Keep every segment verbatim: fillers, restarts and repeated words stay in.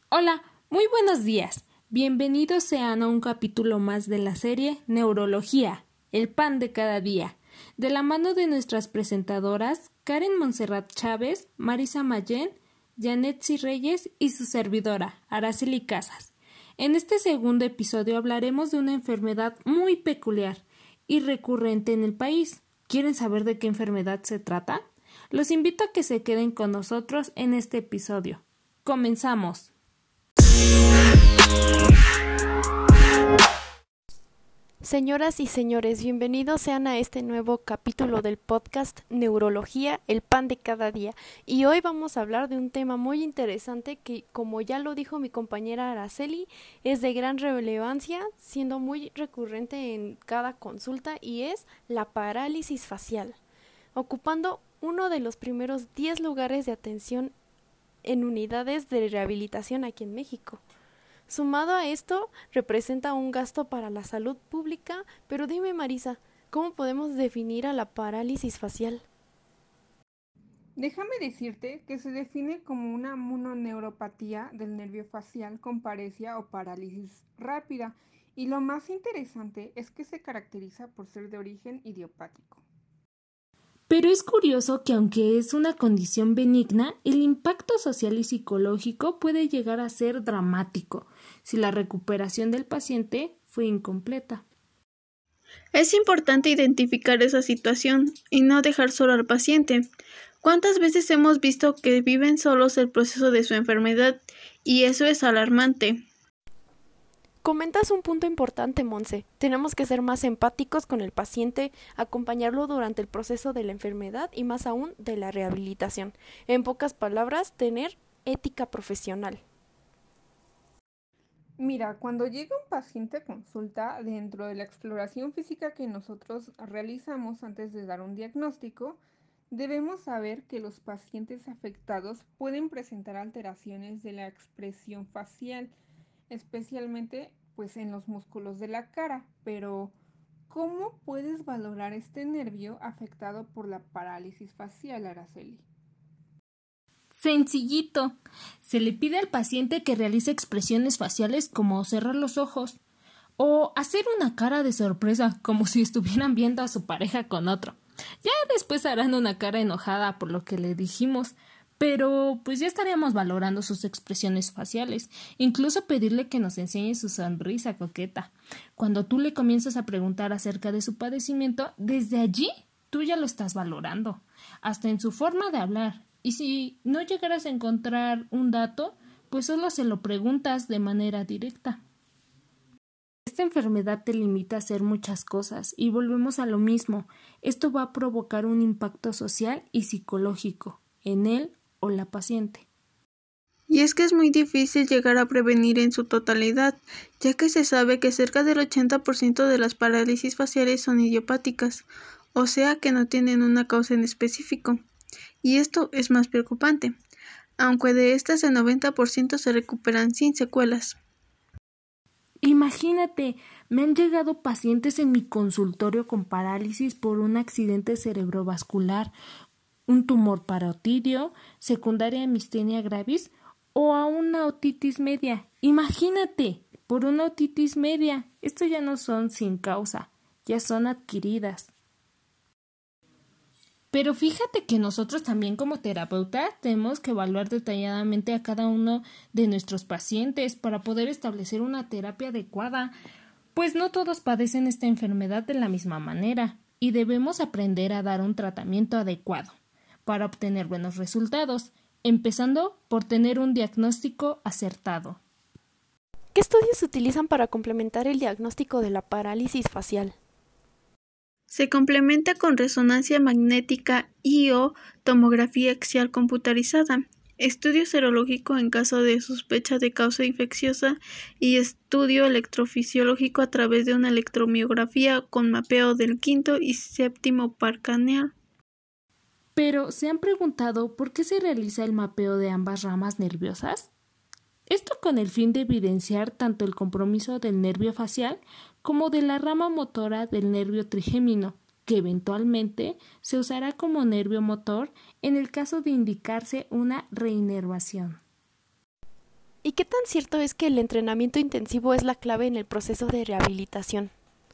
Hola, muy buenos días. Bienvenidos sean a un capítulo más de la serie Neurología, el pan de cada día, de la mano de nuestras presentadoras Karen Montserrat Chávez, Marisa Mayén, Janetsi Reyes y su servidora, Araceli Casas. En este segundo episodio hablaremos de una enfermedad muy peculiar y recurrente en el país. ¿Quieren saber de qué enfermedad se trata? Los invito a que se queden con nosotros en este episodio. ¡Comenzamos! Señoras y señores, bienvenidos sean a este nuevo capítulo del podcast Neurología, el pan de cada día. Y hoy vamos a hablar de un tema muy interesante que, como ya lo dijo mi compañera Araceli, es de gran relevancia, siendo muy recurrente en cada consulta, y es la parálisis facial, ocupando uno de los primeros diez lugares de atención en unidades de rehabilitación aquí en México. Sumado a esto, representa un gasto para la salud pública, pero dime, Marisa, ¿cómo podemos definir a la parálisis facial? Déjame decirte que se define como una mononeuropatía del nervio facial con paresia o parálisis rápida, y lo más interesante es que se caracteriza por ser de origen idiopático. Pero es curioso que aunque es una condición benigna, el impacto social y psicológico puede llegar a ser dramático si la recuperación del paciente fue incompleta. Es importante identificar esa situación y no dejar solo al paciente. ¿Cuántas veces hemos visto que viven solos el proceso de su enfermedad? Y eso es alarmante. Comentas un punto importante, Monse. Tenemos que ser más empáticos con el paciente, acompañarlo durante el proceso de la enfermedad y más aún de la rehabilitación. En pocas palabras, tener ética profesional. Mira, cuando llega un paciente a consulta, dentro de la exploración física que nosotros realizamos antes de dar un diagnóstico, debemos saber que los pacientes afectados pueden presentar alteraciones de la expresión facial, especialmente pues en los músculos de la cara. Pero ¿cómo puedes valorar este nervio afectado por la parálisis facial, Araceli? Sencillito. Se le pide al paciente que realice expresiones faciales como cerrar los ojos o hacer una cara de sorpresa como si estuvieran viendo a su pareja con otro. Ya después harán una cara enojada por lo que le dijimos, pero pues ya estaríamos valorando sus expresiones faciales, incluso pedirle que nos enseñe su sonrisa coqueta. Cuando tú le comienzas a preguntar acerca de su padecimiento, desde allí tú ya lo estás valorando, hasta en su forma de hablar. Y si no llegaras a encontrar un dato, pues solo se lo preguntas de manera directa. Esta enfermedad te limita a hacer muchas cosas y volvemos a lo mismo. Esto va a provocar un impacto social y psicológico en él o la paciente. Y es que es muy difícil llegar a prevenir en su totalidad, ya que se sabe que cerca del ochenta por ciento de las parálisis faciales son idiopáticas, o sea que no tienen una causa en específico. Y esto es más preocupante, aunque de estas el noventa por ciento se recuperan sin secuelas. Imagínate, me han llegado pacientes en mi consultorio con parálisis por un accidente cerebrovascular, un tumor parotidio, secundaria mistenia gravis o a una otitis media. Imagínate, por una otitis media. Esto ya no son sin causa, ya son adquiridas. Pero fíjate que nosotros también como terapeutas tenemos que evaluar detalladamente a cada uno de nuestros pacientes para poder establecer una terapia adecuada, pues no todos padecen esta enfermedad de la misma manera y debemos aprender a dar un tratamiento adecuado para obtener buenos resultados, empezando por tener un diagnóstico acertado. ¿Qué estudios se utilizan para complementar el diagnóstico de la parálisis facial? Se complementa con resonancia magnética y o tomografía axial computarizada, estudio serológico en caso de sospecha de causa infecciosa y estudio electrofisiológico a través de una electromiografía con mapeo del quinto y séptimo par craneal. Pero, ¿se han preguntado por qué se realiza el mapeo de ambas ramas nerviosas? Esto con el fin de evidenciar tanto el compromiso del nervio facial como de la rama motora del nervio trigémino, que eventualmente se usará como nervio motor en el caso de indicarse una reinervación. ¿Y qué tan cierto es que el entrenamiento intensivo es la clave en el proceso de rehabilitación?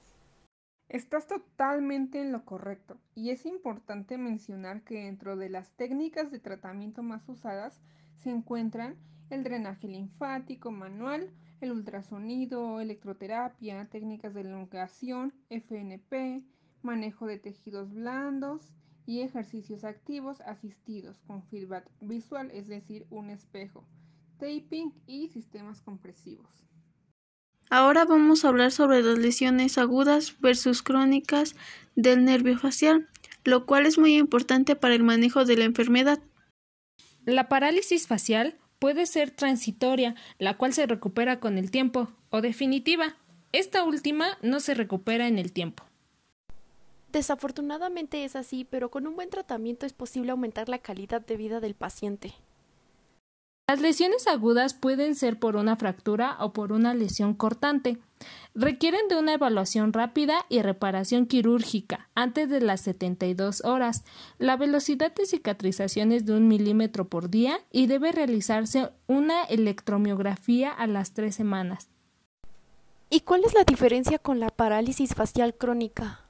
Estás totalmente en lo correcto, y es importante mencionar que dentro de las técnicas de tratamiento más usadas se encuentran el drenaje linfático manual, el ultrasonido, electroterapia, técnicas de elongación, F N P, manejo de tejidos blandos y ejercicios activos asistidos con feedback visual, es decir, un espejo, taping y sistemas compresivos. Ahora vamos a hablar sobre las lesiones agudas versus crónicas del nervio facial, lo cual es muy importante para el manejo de la enfermedad. La parálisis facial puede ser transitoria, la cual se recupera con el tiempo, o definitiva. Esta última no se recupera en el tiempo. Desafortunadamente es así, pero con un buen tratamiento es posible aumentar la calidad de vida del paciente. Las lesiones agudas pueden ser por una fractura o por una lesión cortante. Requieren de una evaluación rápida y reparación quirúrgica antes de las setenta y dos horas. La velocidad de cicatrización es de un milímetro por día y debe realizarse una electromiografía a las tres semanas. ¿Y cuál es la diferencia con la parálisis facial crónica?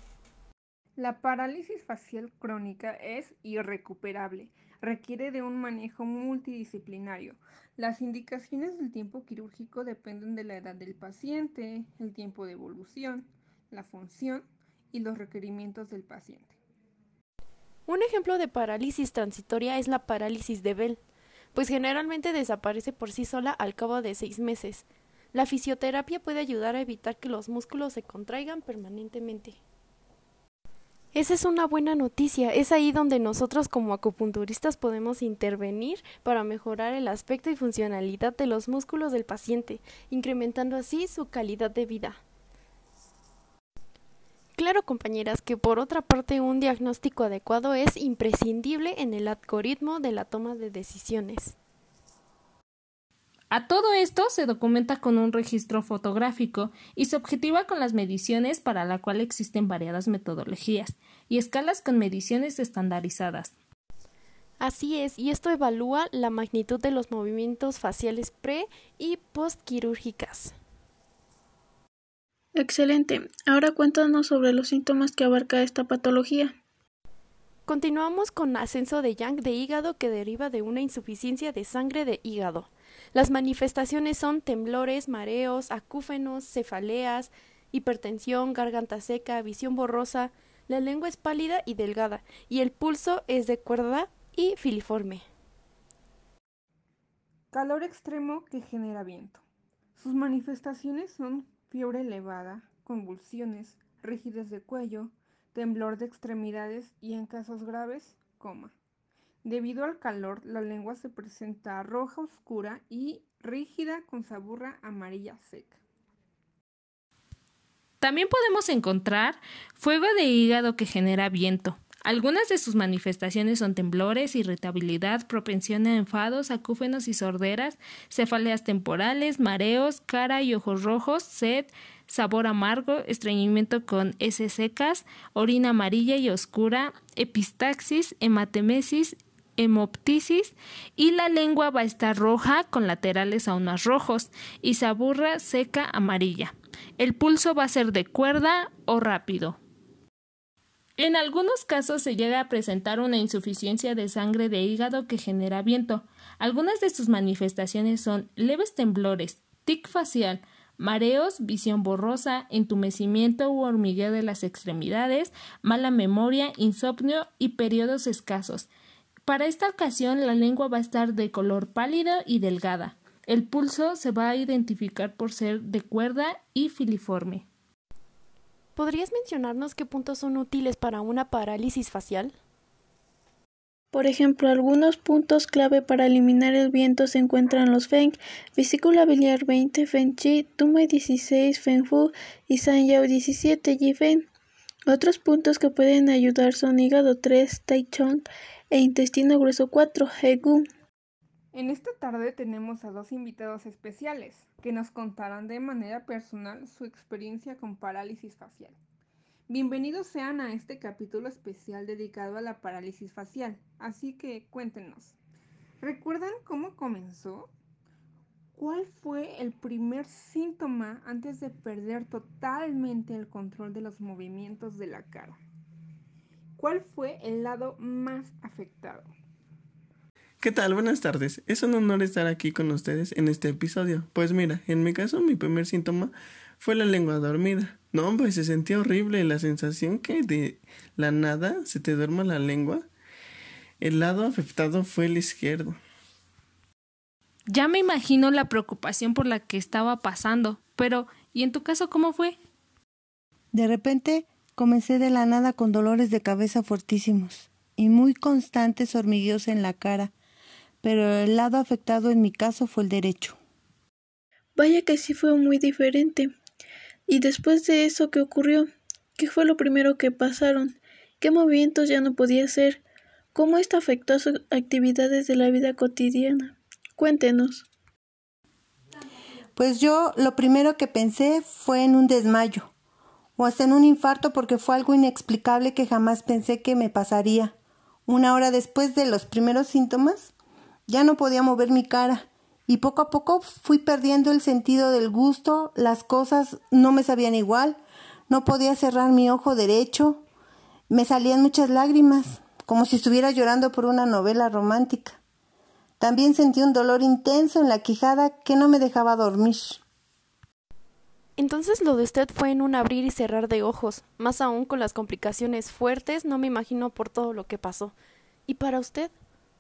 La parálisis facial crónica es irrecuperable, requiere de un manejo multidisciplinario. Las indicaciones del tiempo quirúrgico dependen de la edad del paciente, el tiempo de evolución, la función y los requerimientos del paciente. Un ejemplo de parálisis transitoria es la parálisis de Bell, pues generalmente desaparece por sí sola al cabo de seis meses. La fisioterapia puede ayudar a evitar que los músculos se contraigan permanentemente. Esa es una buena noticia, es ahí donde nosotros como acupunturistas podemos intervenir para mejorar el aspecto y funcionalidad de los músculos del paciente, incrementando así su calidad de vida. Claro, compañeras, que por otra parte un diagnóstico adecuado es imprescindible en el algoritmo de la toma de decisiones. A todo esto se documenta con un registro fotográfico y se objetiva con las mediciones, para la cual existen variadas metodologías y escalas con mediciones estandarizadas. Así es, y esto evalúa la magnitud de los movimientos faciales pre- y postquirúrgicas. Excelente. Ahora cuéntanos sobre los síntomas que abarca esta patología. Continuamos con ascenso de Yang de hígado que deriva de una insuficiencia de sangre de hígado. Las manifestaciones son temblores, mareos, acúfenos, cefaleas, hipertensión, garganta seca, visión borrosa, la lengua es pálida y delgada, y el pulso es de cuerda y filiforme. Calor extremo que genera viento. Sus manifestaciones son fiebre elevada, convulsiones, rigidez de cuello, temblor de extremidades y en casos graves, coma. Debido al calor, la lengua se presenta roja oscura y rígida con saburra amarilla seca. También podemos encontrar fuego de hígado que genera viento. Algunas de sus manifestaciones son temblores, irritabilidad, propensión a enfados, acúfenos y sorderas, cefaleas temporales, mareos, cara y ojos rojos, sed, sabor amargo, estreñimiento con heces secas, orina amarilla y oscura, epistaxis, hematemesis, hemoptisis, y la lengua va a estar roja con laterales aún más rojos y saburra seca amarilla. El pulso va a ser de cuerda o rápido. En algunos casos se llega a presentar una insuficiencia de sangre de hígado que genera viento. Algunas de sus manifestaciones son leves temblores, tic facial, mareos, visión borrosa, entumecimiento u hormigueo de las extremidades, mala memoria, insomnio y periodos escasos. Para esta ocasión la lengua va a estar de color pálido y delgada. El pulso se va a identificar por ser de cuerda y filiforme. ¿Podrías mencionarnos qué puntos son útiles para una parálisis facial? Por ejemplo, algunos puntos clave para eliminar el viento se encuentran los Feng, vesícula biliar veinte, Feng Chi, Tumai dieciséis, Feng Fu y San Yao diecisiete, Yi Fen. Otros puntos que pueden ayudar son hígado tres, Tai Chong, e intestino grueso cuatro, He Gu. En esta tarde tenemos a dos invitados especiales que nos contarán de manera personal su experiencia con parálisis facial. Bienvenidos sean a este capítulo especial dedicado a la parálisis facial, así que cuéntenos. ¿Recuerdan cómo comenzó? ¿cuál fue el primer síntoma antes de perder totalmente el control de los movimientos de la cara? ¿Cuál fue el lado más afectado? ¿Qué tal? Buenas tardes. Es un honor estar aquí con ustedes en este episodio. Pues mira, en mi caso mi primer síntoma fue la lengua dormida. No, hombre, se sentía horrible la sensación que de la nada se te duerma la lengua. El lado afectado fue el izquierdo. Ya me imagino la preocupación por la que estaba pasando, pero ¿y en tu caso cómo fue? De repente comencé de la nada con dolores de cabeza fuertísimos y muy constantes hormigueos en la cara, pero el lado afectado en mi caso fue el derecho. Vaya que sí fue muy diferente. Y después de eso, ¿qué ocurrió? ¿Qué fue lo primero que pasaron? ¿Qué movimientos ya no podía hacer? ¿Cómo esto afectó a sus actividades de la vida cotidiana? Cuéntenos. Pues yo lo primero que pensé fue en un desmayo, o hasta en un infarto, porque fue algo inexplicable que jamás pensé que me pasaría. Una hora después de los primeros síntomas, ya no podía mover mi cara, y poco a poco fui perdiendo el sentido del gusto, las cosas no me sabían igual, no podía cerrar mi ojo derecho, me salían muchas lágrimas, como si estuviera llorando por una novela romántica. También sentí un dolor intenso en la quijada que no me dejaba dormir. Entonces lo de usted fue en un abrir y cerrar de ojos, más aún con las complicaciones fuertes, no me imagino por todo lo que pasó. ¿Y para usted?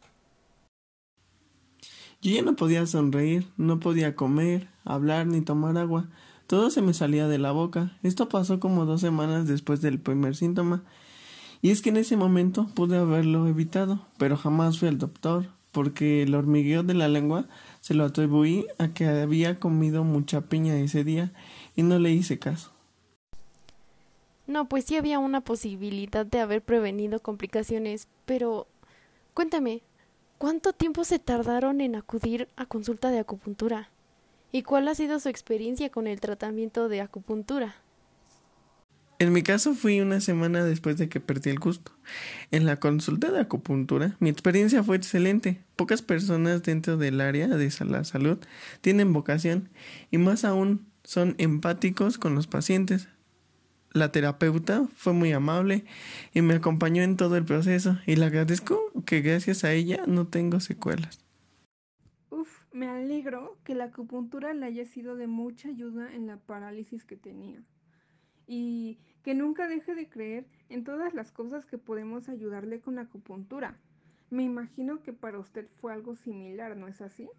Yo ya no podía sonreír, no podía comer, hablar ni tomar agua. Todo se me salía de la boca. Esto pasó como dos semanas después del primer síntoma. Y es que en ese momento pude haberlo evitado, pero jamás fui al doctor, porque el hormigueo de la lengua se lo atribuí a que había comido mucha piña ese día y no le hice caso. No, pues sí había una posibilidad de haber prevenido complicaciones, pero cuéntame, ¿cuánto tiempo se tardaron en acudir a consulta de acupuntura? ¿Y cuál ha sido su experiencia con el tratamiento de acupuntura? En mi caso fui una semana después de que perdí el gusto. En la consulta de acupuntura, mi experiencia fue excelente. Pocas personas dentro del área de la salud tienen vocación y más aún son empáticos con los pacientes. La terapeuta fue muy amable y me acompañó en todo el proceso y le agradezco que gracias a ella no tengo secuelas. Uf, me alegro que la acupuntura le haya sido de mucha ayuda en la parálisis que tenía. Y que nunca deje de creer en todas las cosas que podemos ayudarle con la acupuntura. Me imagino que para usted fue algo similar, ¿no es así?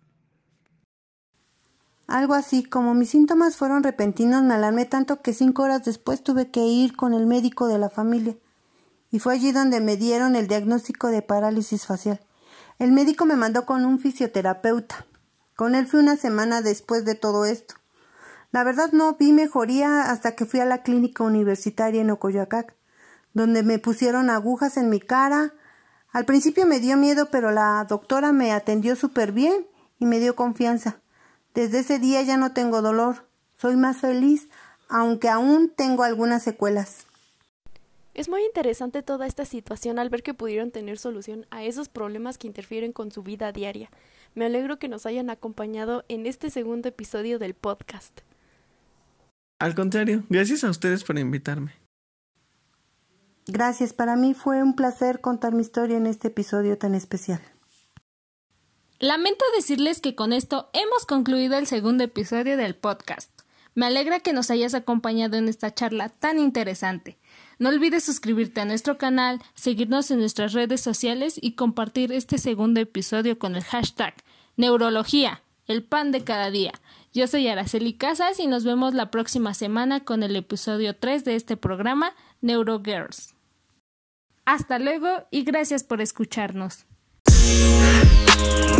Algo así, como mis síntomas fueron repentinos, me alarmé tanto que cinco horas después tuve que ir con el médico de la familia. Y fue allí donde me dieron el diagnóstico de parálisis facial. El médico me mandó con un fisioterapeuta. Con él fui una semana después de todo esto. La verdad no vi mejoría hasta que fui a la clínica universitaria en Ocoyoacac, donde me pusieron agujas en mi cara. Al principio me dio miedo, pero la doctora me atendió súper bien y me dio confianza. Desde ese día ya no tengo dolor, soy más feliz, aunque aún tengo algunas secuelas. Es muy interesante toda esta situación al ver que pudieron tener solución a esos problemas que interfieren con su vida diaria. Me alegro que nos hayan acompañado en este segundo episodio del podcast. Al contrario, gracias a ustedes por invitarme. Gracias, para mí fue un placer contar mi historia en este episodio tan especial. Lamento decirles que con esto hemos concluido el segundo episodio del podcast. Me alegra que nos hayas acompañado en esta charla tan interesante. No olvides suscribirte a nuestro canal, seguirnos en nuestras redes sociales y compartir este segundo episodio con el hashtag Neurología, el pan de cada día. Yo soy Araceli Casas y nos vemos la próxima semana con el episodio tres de este programa, Neurogirls. Hasta luego y gracias por escucharnos.